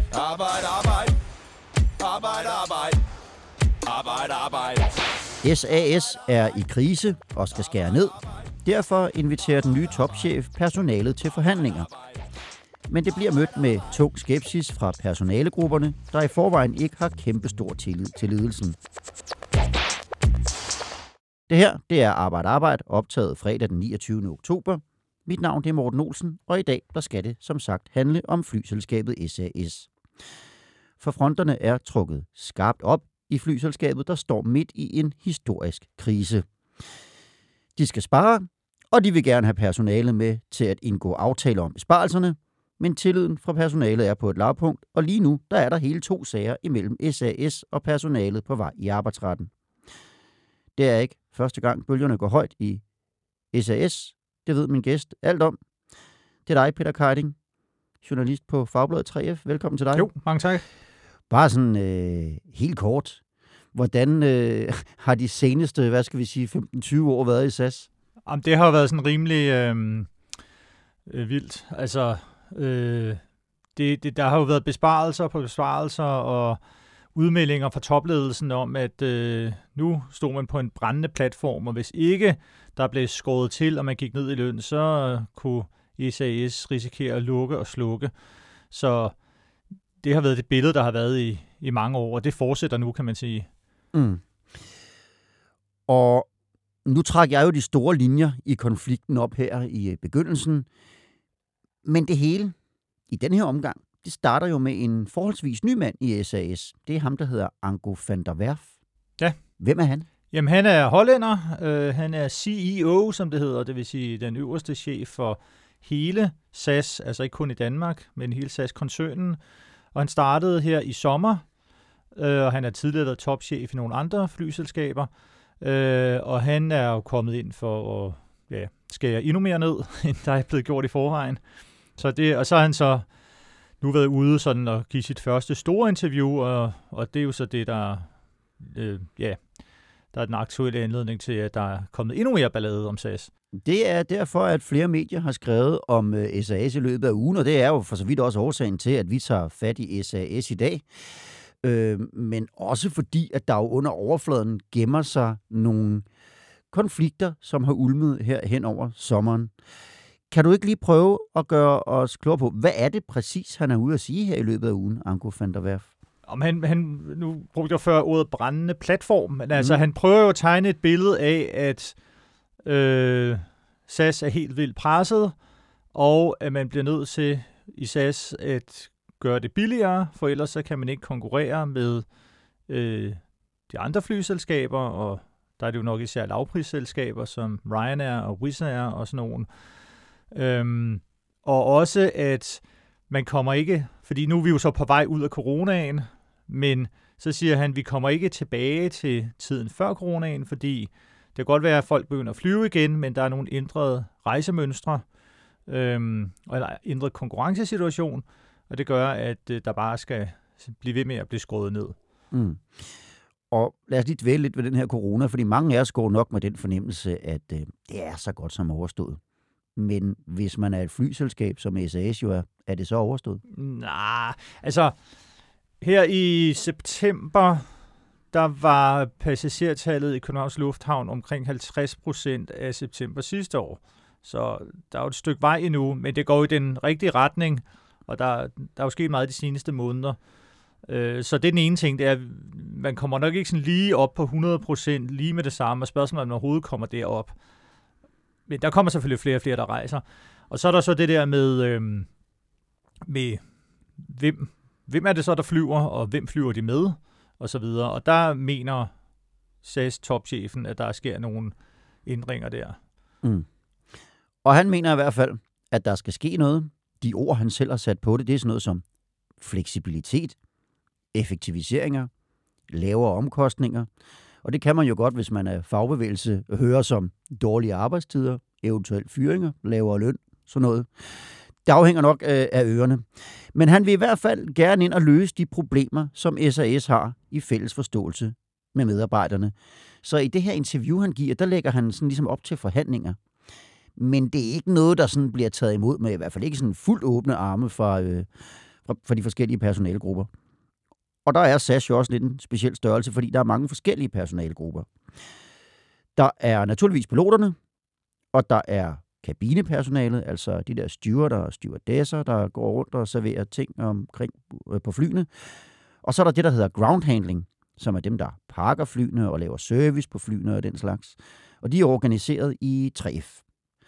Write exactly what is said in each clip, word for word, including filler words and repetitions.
Arbejde, arbejde. Arbejde, arbejde. Arbejde, arbejde. S A S er i krise og skal skære ned. Derfor inviterer den nye topchef personalet til forhandlinger. Men det bliver mødt med tung skepsis fra personalegrupperne, der i forvejen ikke har kæmpestor tillid til ledelsen. Det her, det er Arbejde Arbejde, optaget fredag den niogtyvende oktober. Mit navn det er Morten Olsen, og i dag der skal det som sagt handle om flyselskabet S A S. For fronterne er trukket skarpt op i flyselskabet, der står midt i en historisk krise. De skal spare, og de vil gerne have personalet med til at indgå aftaler om besparelserne, men tilliden fra personalet er på et lavpunkt, og lige nu der er der hele to sager imellem S A S og personalet på vej i arbejdsretten. Det er ikke første gang bølgerne går højt i S A S. Det ved min gæst alt om. Det er dig, Peter Keiding, journalist på Fagbladet tre F. Velkommen til dig. Jo, mange tak. Bare sådan øh, helt kort. Hvordan øh, har de seneste, hvad skal vi sige, femten til tyve år været i S A S? Jamen, det har jo været sådan rimelig øh, øh, vildt. Altså, øh, det, det, der har jo været besparelser på besparelser og udmeldinger fra topledelsen om, at øh, nu stod man på en brændende platform, og hvis ikke der blev skåret til, og man gik ned i løn, så øh, kunne S A S risikere at lukke og slukke. Så det har været det billede, der har været i, i mange år, og det fortsætter nu, kan man sige. Mm. Og nu trækker jeg jo de store linjer i konflikten op her i begyndelsen, men det hele i den her omgang, det starter jo med en forholdsvis ny mand i S A S. Det er ham, der hedder Anko van der Werf. Ja. Hvem er han? Jamen, han er hollænder. Uh, han er C E O, som det hedder, det vil sige den øverste chef for hele S A S, altså ikke kun i Danmark, men hele S A S-koncernen. Og han startede her i sommer, uh, og han er tidligere været topchef i nogle andre flyselskaber. Uh, og han er jo kommet ind for at ja, skære endnu mere ned, end der er blevet gjort i forvejen. Så det, og så har han så nu været ude sådan at give sit første store interview, og, og det er jo så det, der, øh, ja, der er den aktuelle anledning til, at der er kommet endnu mere ballade om S A S. Det er derfor, at flere medier har skrevet om uh, S A S i løbet af ugen, og det er jo for så vidt også årsagen til, at vi tager fat i S A S i dag. Øh, men også fordi, at der jo under overfladen gemmer sig nogle konflikter, som har ulmet her hen over sommeren. Kan du ikke lige prøve at gøre os klogere på, hvad er det præcis, han er ude at sige her i løbet af ugen, Anko van der Werf? Om han, han, nu brugte jeg før ordet brændende platform, men mm. altså han prøver jo at tegne et billede af, at øh, S A S er helt vildt presset, og at man bliver nødt til i S A S at gøre det billigere, for ellers så kan man ikke konkurrere med øh, de andre flyselskaber, og der er det jo nok især lavprisselskaber som Ryanair og Wizz Air og sådan nogle. Øhm, og også at man kommer ikke, fordi nu er vi jo så på vej ud af coronaen, men så siger han, at vi kommer ikke tilbage til tiden før coronaen, fordi det kan godt være, at folk begynder at flyve igen, men der er nogle ændrede rejsemønstre, øhm, eller ændret konkurrencesituation, og det gør, at øh, der bare skal blive ved med at blive skåret ned. Mm. Og lad os lige dvæle lidt ved den her corona, fordi mange af os går nok med den fornemmelse, at øh, det er så godt som overstået. Men hvis man er et flyselskab, som S A S jo er, er det så overstået? Nej, altså her i september, der var passagertallet i Københavns Lufthavn omkring halvtreds procent af september sidste år. Så der er jo et stykke vej endnu, men det går i den rigtige retning, og der, der er jo sket meget de seneste måneder. Så det er den ene ting, det er, at man kommer nok ikke sådan lige op på hundrede procent lige med det samme, og spørgsmålet, om man overhovedet kommer derop. Men der kommer selvfølgelig flere og flere, der rejser. Og så er der så det der med, øhm, med hvem, hvem er det så, der flyver, og hvem flyver de med, og så videre. Og der mener S A S-topchefen, at der sker nogle ændringer der. Mm. Og han mener i hvert fald, at der skal ske noget. De ord, han selv har sat på det, det er sådan noget som fleksibilitet, effektiviseringer, lavere omkostninger. Og det kan man jo godt, hvis man er fagbevægelse, høre som dårlige arbejdstider, eventuelt fyringer, lavere løn, sådan noget. Det afhænger nok af ørerne. Men han vil i hvert fald gerne ind og løse de problemer, som S A S har i fælles forståelse med medarbejderne. Så i det her interview, han giver, der lægger han sådan ligesom op til forhandlinger. Men det er ikke noget, der sådan bliver taget imod med, i hvert fald ikke sådan fuldt åbne arme fra, øh, for, for de forskellige personalegrupper. Og der er S A S jo også lidt en speciel størrelse, fordi der er mange forskellige personalegrupper. Der er naturligvis piloterne, og der er kabinepersonalet, altså de der stewarder og stewardesser, der går rundt og serverer ting omkring på flyene. Og så er der det, der hedder ground handling, som er dem, der parker flyene og laver service på flyene og den slags. Og de er organiseret i tre F.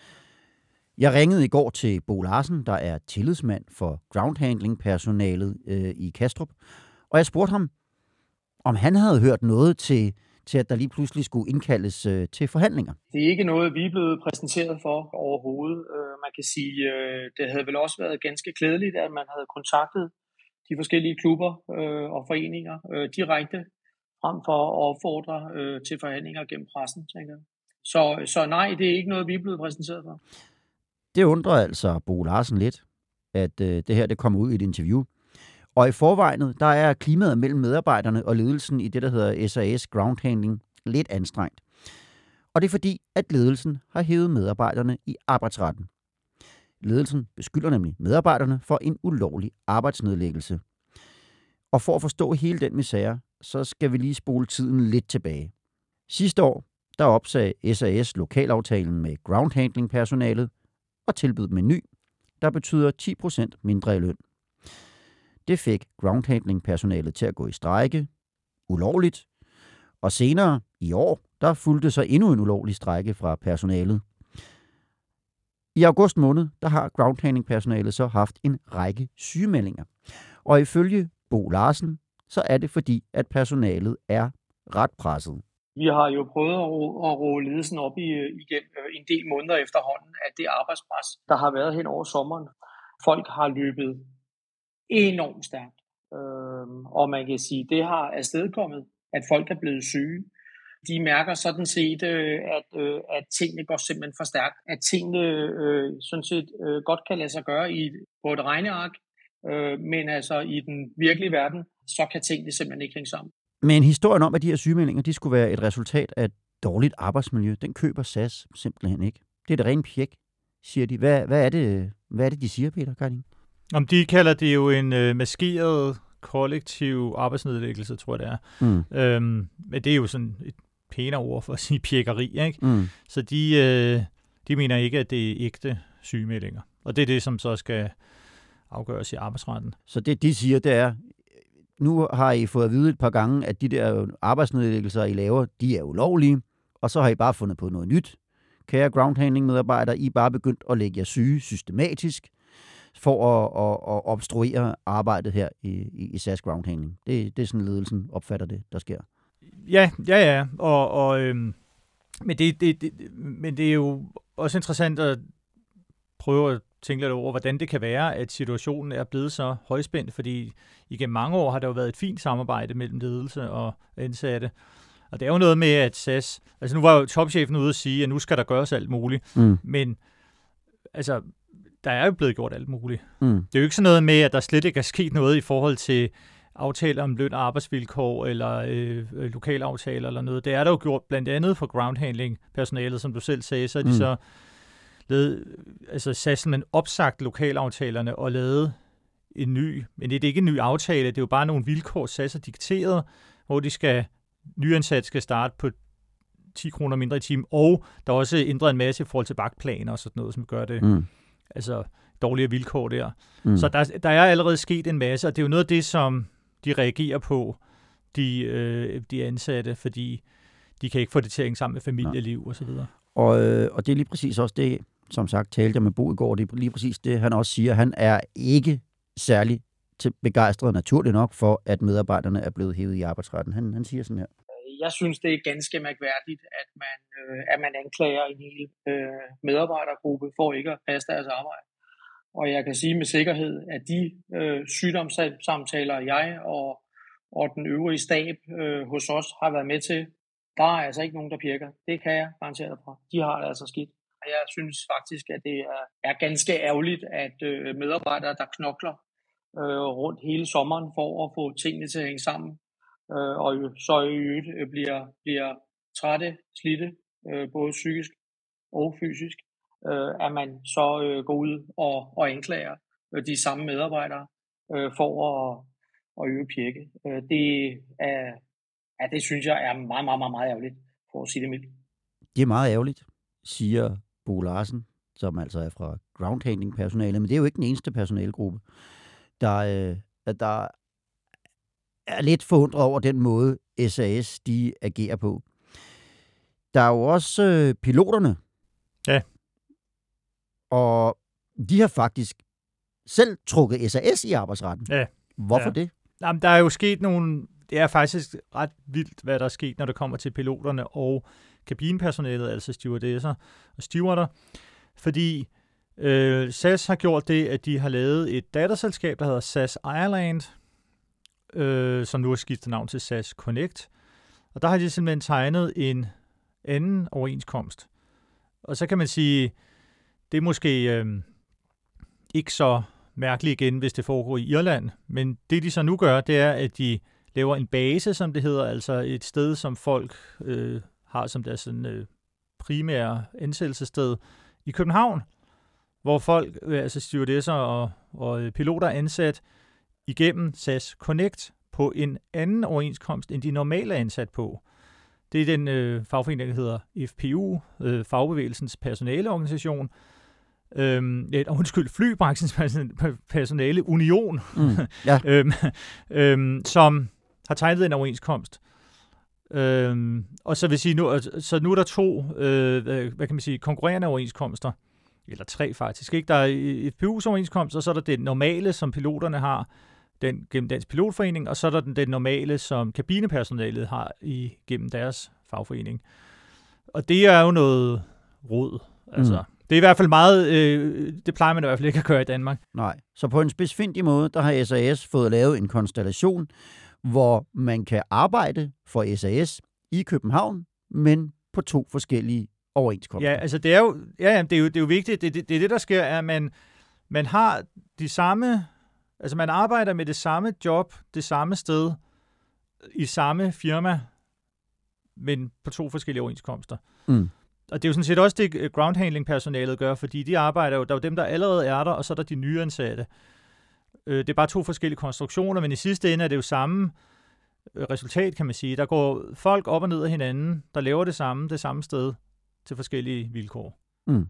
Jeg ringede i går til Bo Larsen, der er tillidsmand for ground handling personalet øh, i Kastrup, og jeg spurgte ham, om han havde hørt noget til, til at der lige pludselig skulle indkaldes øh, til forhandlinger. Det er ikke noget, vi er blevet præsenteret for overhovedet. Øh, man kan sige, øh, det havde vel også været ganske klædeligt, at man havde kontaktet de forskellige klubber øh, og foreninger øh, direkte, frem for at opfordre øh, til forhandlinger gennem pressen, tænker jeg. Så, så nej, det er ikke noget, vi er blevet præsenteret for. Det undrer altså Bo Larsen lidt, at øh, det her det kommer ud i et interview. Og i forvejen, der er klimaet mellem medarbejderne og ledelsen i det, der hedder S A S Ground Handling, lidt anstrengt. Og det er fordi, at ledelsen har hævet medarbejderne i arbejdsretten. Ledelsen beskylder nemlig medarbejderne for en ulovlig arbejdsnedlæggelse. Og for at forstå hele den misære, så skal vi lige spole tiden lidt tilbage. Sidste år, der opsagde S A S lokalaftalen med ground handling personalet og tilbød dem en ny, der betyder ti procent mindre i løn. Det fik ground handling personalet til at gå i strejke, ulovligt, og senere i år, der fulgte så endnu en ulovlig strejke fra personalet. I august måned, der har ground handling personalet så haft en række sygemeldinger. Og ifølge Bo Larsen, så er det fordi, at personalet er ret presset. Vi har jo prøvet at ro, at ro ledelsen op i, igen en del måneder efterhånden af det arbejdspres, der har været hen over sommeren. Folk har løbet enormt stærkt, øhm, og man kan sige, at det har afstedkommet, at folk er blevet syge. De mærker sådan set, øh, at, øh, at tingene går simpelthen for stærkt, at tingene øh, sådan set øh, godt kan lade sig gøre i, på et regneark, øh, men altså i den virkelige verden, så kan tingene simpelthen ikke hænge sammen. Men historien om, at de her sygemeldinger, de skulle være et resultat af et dårligt arbejdsmiljø, den køber S A S simpelthen ikke. Det er det rent pjek, siger de. Hvad, hvad, er det, hvad er det, de siger, Peter Gardin? Om de kalder det jo en øh, maskeret kollektiv arbejdsnedlæggelse, tror jeg det er. Mm. Øhm, men det er jo sådan et pænere ord for at sige pjekkeri, ikke? Mm. Så de, øh, de mener ikke, at det er ægte sygemeldinger. Og det er det, som så skal afgøres i arbejdsretten. Så det, de siger, det er, nu har I fået at vide et par gange, at de der arbejdsnedlæggelser, I laver, de er ulovlige, og så har I bare fundet på noget nyt. Kære ground handling medarbejdere, I er bare begyndt at lægge jer syge systematisk for at, at, at obstruere arbejdet her i, i S A S Ground Handling. Det, det er sådan, ledelsen opfatter det, der sker. Ja, ja, ja. Og, og, øhm, men, det, det, det, men det er jo også interessant at prøve at tænke lidt over, hvordan det kan være, at situationen er blevet så højspændt, fordi igennem mange år har der jo været et fint samarbejde mellem ledelse og ansatte. Og det er jo noget med, at S A S... Altså nu var jo topchefen ude at sige, at nu skal der gøres alt muligt. Mm. Men altså, der er jo blevet gjort alt muligt. Mm. Det er jo ikke sådan noget med, at der slet ikke er sket noget i forhold til aftaler om løn og arbejdsvilkår, eller øh, lokalaftaler eller noget. Det er der jo gjort blandt andet for ground handling personalet, som du selv sagde, så er de mm. så lavet, altså S A S man opsagt lokalaftalerne og lavet en ny, men det er ikke en ny aftale, det er jo bare nogle vilkår, S A S har dikteret, hvor de skal, nyansat skal starte på ti kroner mindre i timen, og der er også ændret en masse i forhold til vagtplaner og sådan noget, som gør det, mm. altså dårligere vilkår der. Mm. Så der, der er allerede sket en masse, og det er jo noget af det, som de reagerer på, de, øh, de ansatte, fordi de kan ikke få det til at hænge sammen med familieliv og så videre. Og, øh, og det er lige præcis også det, som sagt, talte jeg med Bo i går, det er lige præcis det, han også siger. Han er ikke særlig begejstret, naturligt nok, for at medarbejderne er blevet hævet i arbejdsretten. Han, han siger sådan her. Jeg synes, det er ganske mærkværdigt, at man, øh, at man anklager en hel øh, medarbejdergruppe for ikke at passe deres arbejde. Og jeg kan sige med sikkerhed, at de øh, sygdomssamtaler, jeg og, og den øvrige stab øh, hos os har været med til, der er altså ikke nogen, der pirker. Det kan jeg garantere dig fra. De har det altså skidt. Og jeg synes faktisk, at det er, er ganske ærgerligt, at øh, medarbejdere, der knokler øh, rundt hele sommeren for at få tingene til at hænge sammen, øh, og så i øvrigt øh, bliver, bliver trætte, slidte, øh, både psykisk og fysisk, øh, at man så øh, går ud og, og anklager øh, de samme medarbejdere øh, for at, at øge pjekket. Øh, det, er, ja, det synes jeg er meget, meget, meget, meget ærgerligt, for at sige det mildt. Det er meget ærgerligt, siger Bo Larsen, som altså er fra groundhandling-personalet, men det er jo ikke den eneste personalegruppe, der, øh, der er lidt forundret over den måde, S A S de agerer på. Der er jo også øh, piloterne. Ja. Og de har faktisk selv trukket S A S i arbejdsretten. Ja. Hvorfor ja. det? Jamen, der er jo sket nogle... Det er faktisk ret vildt, hvad der er sket, når det kommer til piloterne og kabinepersonalet, altså stewardesser og stewarder. Fordi øh, S A S har gjort det, at de har lavet et datterselskab, der hedder S A S Ireland, øh, som nu har skiftet navn til S A S Connect. Og der har de simpelthen tegnet en anden overenskomst. Og så kan man sige, det er måske øh, ikke så mærkeligt igen, hvis det foregår i Irland. Men det, de så nu gør, det er, at de laver en base, som det hedder, altså et sted, som folk øh, har som deres sådan, øh, primære ansættelsessted i København, hvor folk, øh, altså stewardesser og, og piloter er ansat igennem S A S Connect på en anden overenskomst, end de normalt er ansat på. Det er den øh, fagforening, der hedder F P U, øh, Fagbevægelsens personaleorganisation, øhm, et, undskyld, flybranchens personale union, mm, ja. øhm, øhm, som har tegnet en overenskomst. Øhm, og så vil sige nu, så nu er der to, øh, hvad kan man sige, konkurrerende overenskomster, eller tre faktisk, ikke? Der er F P U's overenskomst, og så er der det normale, som piloterne har, den gennem Dansk Pilotforening, og så er der den, den normale, som kabinepersonalet har i, gennem deres fagforening. Og det er jo noget rod. Altså, mm. Det er i hvert fald meget, øh, det plejer man i hvert fald ikke at gøre i Danmark. Nej, så på en spidsfindig måde, der har S A S fået lavet en konstellation, hvor man kan arbejde for S A S i København, men på to forskellige overenskomster. Ja, altså det er jo, ja, ja, det er jo, det er jo vigtigt. Det, det, det er det, der sker, er, at man, man har de samme, altså man arbejder med det samme job, det samme sted, i samme firma, men på to forskellige overenskomster. Mm. Og det er jo sådan set også det, groundhandling-personalet gør, fordi de arbejder jo, der er jo dem, der allerede er der, og så er der de nyansatte. Det er bare to forskellige konstruktioner, men i sidste ende er det jo samme resultat, kan man sige. Der går folk op og ned af hinanden, der laver det samme, det samme sted, til forskellige vilkår. Mm.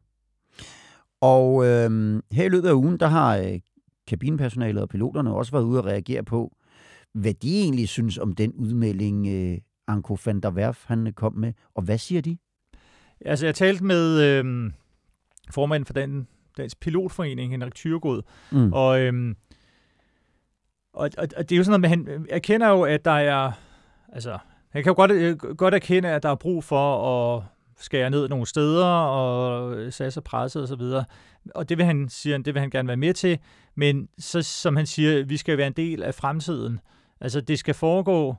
Og øh, her i løbet af ugen, der har øh, kabinepersonalet og piloterne også været ude at reagere på, hvad de egentlig synes om den udmelding, øh, Anko van der Werf, han kom med. Og hvad siger de? Altså, jeg talte med øh, formanden for den Dansk Pilotforening, Henrik Thyregod, mm. og, øh, og, og, og det er jo sådan noget med, han erkender jo, at der er, altså, han kan jo godt, øh, godt erkende, at der er brug for at skære ned nogle steder, og S A S er presset og så videre. Og det vil han, siger han, det vil han gerne være med til, men så, som han siger, vi skal være en del af fremtiden. Altså, det skal foregå,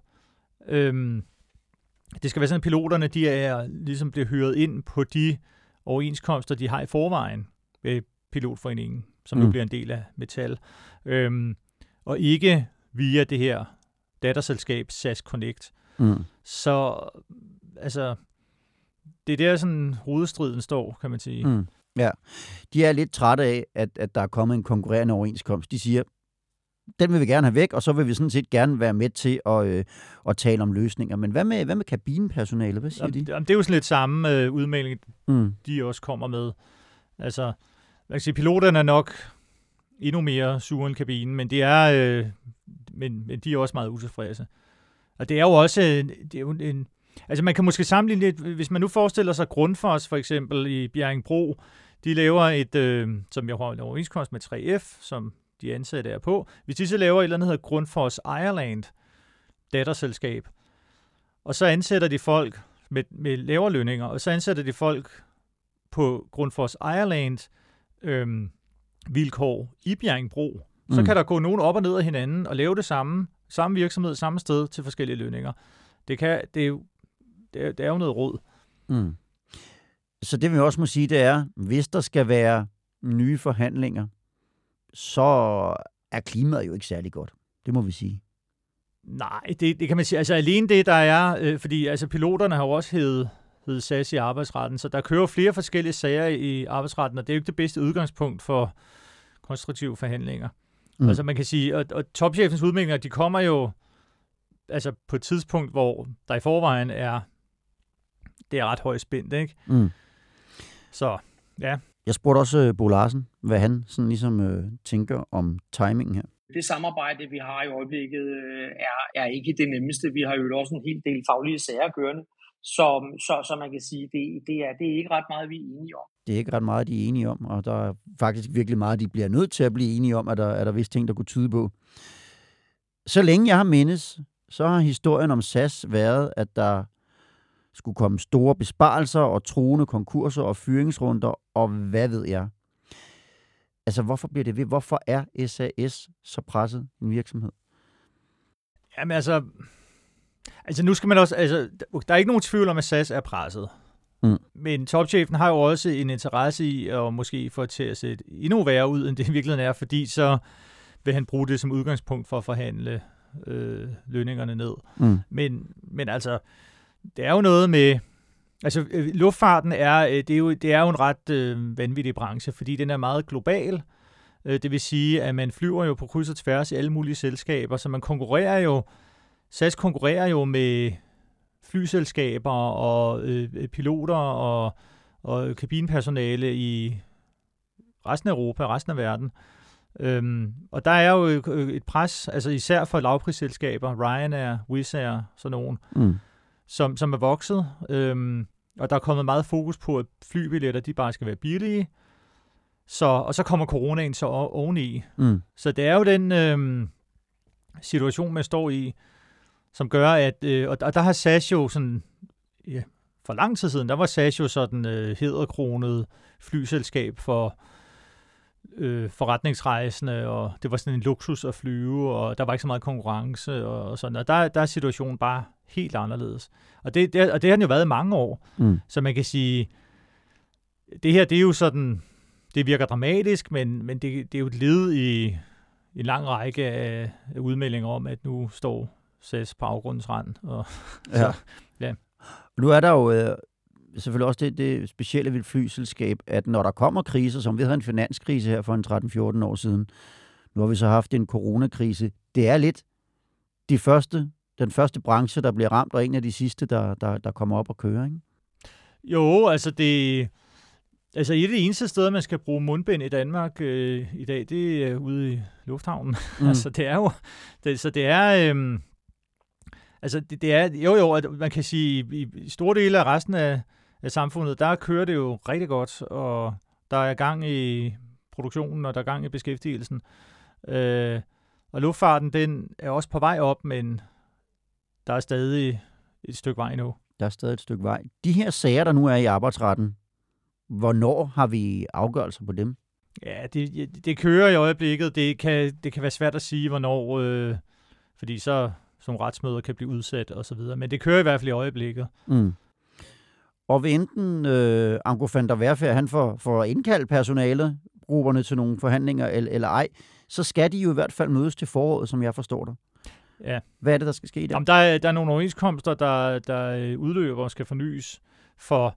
øh, det skal være sådan, at piloterne, de er ligesom bliver hyret ind på de overenskomster, de har i forvejen ved Pilotforeningen, som mm. nu bliver en del af Metal. Øhm, og ikke via det her datterselskab S A S Connect. Mm. Så altså, det er der sådan hovedstriden står, kan man sige. Mm. Ja, de er lidt trætte af, at, at der er kommet en konkurrerende overenskomst. De siger, den vil vi gerne have væk, og så vil vi sådan set gerne være med til at, øh, at tale om løsninger. Men hvad med, hvad med kabinepersonalet? Hvad siger de? Jamen, det er jo sådan lidt samme øh, udmelding, mm. de også kommer med. Altså, man kan sige, piloterne er nok endnu mere sure end kabinen, men de er, øh, men, men de er også meget utilfredse. Og det er jo også det er jo en, altså man kan måske sammenligne lidt, hvis man nu forestiller sig Grundfos for eksempel i Bjerringbro, de laver et, øh, som jeg har en overenskomst med tre F, som de ansatte er på. Hvis de så laver et eller andet, der hedder Grundfos Ireland, datterselskab, og så ansætter de folk med, med lavere lønninger, og så ansætter de folk på Grundfos Ireland øhm, vilkår i Bjerringbro. Så mm. kan der gå nogen op og ned af hinanden og lave det samme, samme virksomhed, samme sted til forskellige lønninger. Det, kan, det, er, jo, det, er, det er jo noget råd. Mm. Så det vi også må sige, det er, hvis der skal være nye forhandlinger, så er klimaet jo ikke særlig godt. Det må vi sige. Nej, det, det kan man sige. Altså alene det, der er, øh, fordi altså, piloterne har jo også heddet hed S A S i arbejdsretten, så der kører flere forskellige sager i arbejdsretten, og det er jo ikke det bedste udgangspunkt for konstruktive forhandlinger. Mm. Altså man kan sige, at, at topchefens udmeldinger, de kommer jo altså på et tidspunkt, hvor der i forvejen er, det er ret højt spændt, ikke? Mm. Så, ja. Jeg spurgte også uh, Bo Larsen, hvad han sådan ligesom uh, tænker om timingen her. Det samarbejde, vi har i øjeblikket, er, er ikke det nemmeste. Vi har jo også en hel del faglige sager kørende, så, så, så man kan sige, det, det, er, det er ikke ret meget, vi er enige om. Det er ikke ret meget, de er enige om, og der er faktisk virkelig meget, de bliver nødt til at blive enige om, at der er der vist ting, der kunne tyde på. Så længe jeg har mindes, så har historien om S A S været, at der skulle komme store besparelser og truende konkurser og fyringsrunder, og hvad ved jeg. Altså, hvorfor bliver det ved? Hvorfor er S A S så presset en virksomhed? Jamen altså, altså nu skal man også, altså, der er ikke nogen tvivl om, at S A S er presset. Mm. Men topchefen har jo også en interesse i at måske få til at se endnu værre ud, end det i virkeligheden er, fordi så vil han bruge det som udgangspunkt for at forhandle øh, lønningerne ned. Mm. Men, men altså, det er jo noget med, altså luftfarten er, det er jo, det er jo en ret øh, vanvittig branche, fordi den er meget global. Øh, det vil sige, at man flyver jo på kryds og tværs i alle mulige selskaber, så man konkurrerer jo, S A S konkurrerer jo med flyselskaber og øh, piloter og, og kabinpersonale i resten af Europa, resten af verden. Øhm, og der er jo et pres, altså især for lavprisselskaber, Ryanair, Wizz Air, sådan nogen, mm. som, som er vokset. Øhm, og der er kommet meget fokus på, at flybilletter, de bare skal være billige. Så, og så kommer coronaen så oveni. Mm. Så det er jo den øhm, situation, man står i, som gør, at, øh, og der har S A S jo sådan, ja, for lang tid siden, der var S A S jo sådan øh, hæderkronet flyselskab for øh, forretningsrejsende, og det var sådan en luksus at flyve, og der var ikke så meget konkurrence, og, og sådan, og der, der er situationen bare helt anderledes. Og det, det, og det har den jo været i mange år, mm. så man kan sige, det her, det er jo sådan, det virker dramatisk, men, men det, det er jo et led i, i en lang række af, af udmeldinger om, at nu står S A S på afgrundens rand. Og, ja. Så, ja. Nu er der jo øh, selvfølgelig også det, det specielle ved et flyselskab, at når der kommer kriser, som vi havde en finanskrise her for en tretten fjorten år siden, nu har vi så haft en coronakrise, det er lidt de første, den første branche, der bliver ramt, og en af de sidste, der, der, der kommer op og kører, ikke? Jo, altså det... Altså et af de eneste steder, man skal bruge mundbind i Danmark øh, i dag, det er ude i lufthavnen. Mm. altså det er jo... Det, så det er... Øh, Altså, det, det er, jo jo, at man kan sige, i, i store dele af resten af, af samfundet, der kører det jo rigtig godt, og der er gang i produktionen, og der er gang i beskæftigelsen. Øh, og luftfarten, den er også på vej op, men der er stadig et stykke vej nu. Der er stadig et stykke vej. De her sager, der nu er i arbejdsretten, hvornår har vi afgørelser på dem? Ja, det, det kører i øjeblikket. Det kan, det kan være svært at sige, hvornår, øh, fordi så... som retsmøder kan blive udsat og så videre. Men det kører i hvert fald i øjeblikket. Mm. Og ved enten øh, Anko van der Werf, han får, får indkaldt personalet, grupperne til nogle forhandlinger eller, eller ej, så skal de jo i hvert fald mødes til foråret, som jeg forstår det. Ja. Hvad er det, der skal ske der? Jamen, der, er, der er nogle overenskomster, der, der udløber og skal fornyes for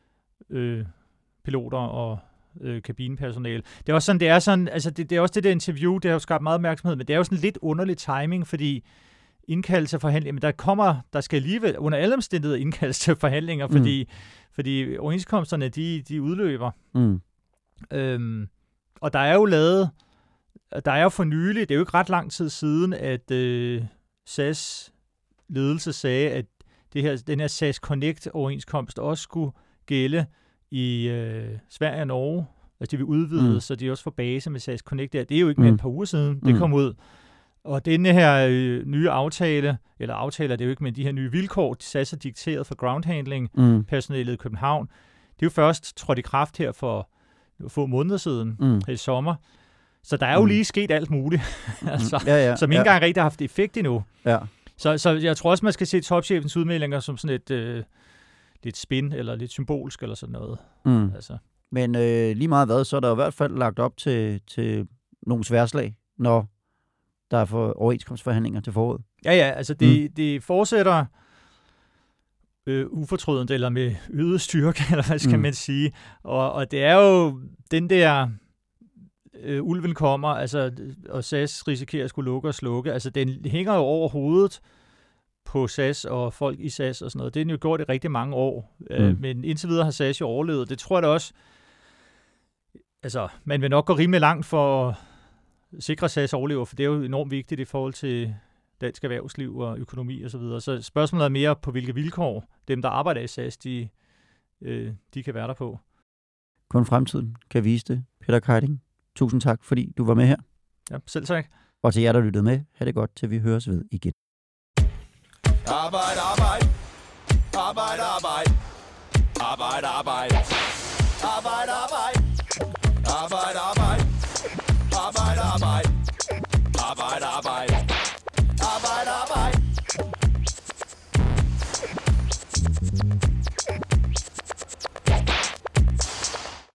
øh, piloter og øh, kabinepersonale. Det er også sådan, det er sådan, altså det, det er også det der interview, det har jo skabt meget opmærksomhed, men det er jo sådan lidt underlig timing, fordi indkaldelse til forhandlinger, men der kommer, der skal alligevel under alle omstændigheder indkaldelse til forhandlinger, fordi, mm. fordi overenskomsterne, de, de udløber. Mm. Øhm, og der er jo lavet, der er jo for nylig, det er jo ikke ret lang tid siden, at øh, S A S ledelse sagde, at det her, den her S A S Connect-overenskomst også skulle gælde i øh, Sverige og Norge. Altså de vil udvide, mm. så de også får base med S A S Connect der. Det er jo ikke mm. mere et par uger siden, det kom ud. Og denne her øh, nye aftale, eller aftaler, det er jo ikke, men de her nye vilkår, S A S har dikteret for groundhandling, mm. personalet i København, det er jo først trådt i kraft her for få måneder siden, mm. i sommer. Så der er jo mm. lige sket alt muligt, altså, ja, ja, som ikke engang ja. rigtig har haft effekt endnu. Ja. Så, så jeg tror også, man skal se topchefens udmeldinger som sådan et øh, lidt spin, eller lidt symbolsk, eller sådan noget. Mm. Altså. Men øh, lige meget hvad, så er der i hvert fald lagt op til, til nogle sværslag, når der er for overenskomstforhandlinger til foråret. Ja, ja, altså det, mm. det fortsætter øh, ufortrødent, eller med øget styrke, eller hvad skal mm. man sige. Og, og det er jo den der øh, ulven kommer, altså, og S A S risikerer at skulle lukke og slukke. Altså, den hænger jo over hovedet på S A S og folk i S A S og sådan noget. Det er den jo gjort i rigtig mange år. Mm. Øh, men indtil videre har S A S jo overlevet. Det tror jeg da også. Altså, man vil nok gå rimelig langt for at sikre, at S A S overlever, for det er jo enormt vigtigt i forhold til dansk erhvervsliv og økonomi og så videre. Så spørgsmålet er mere på, hvilke vilkår dem, der arbejder i S A S, de, øh, de kan være der på. Kun fremtiden kan vise det. Peter Keiding, tusind tak, fordi du var med her. Ja, selv tak. Og til jer, der lyttede med, ha' det godt, til vi høres ved igen. Arbejde, arbejde. Arbejde, arbejde. Arbejde, arbejde. Arbejde, arbejde.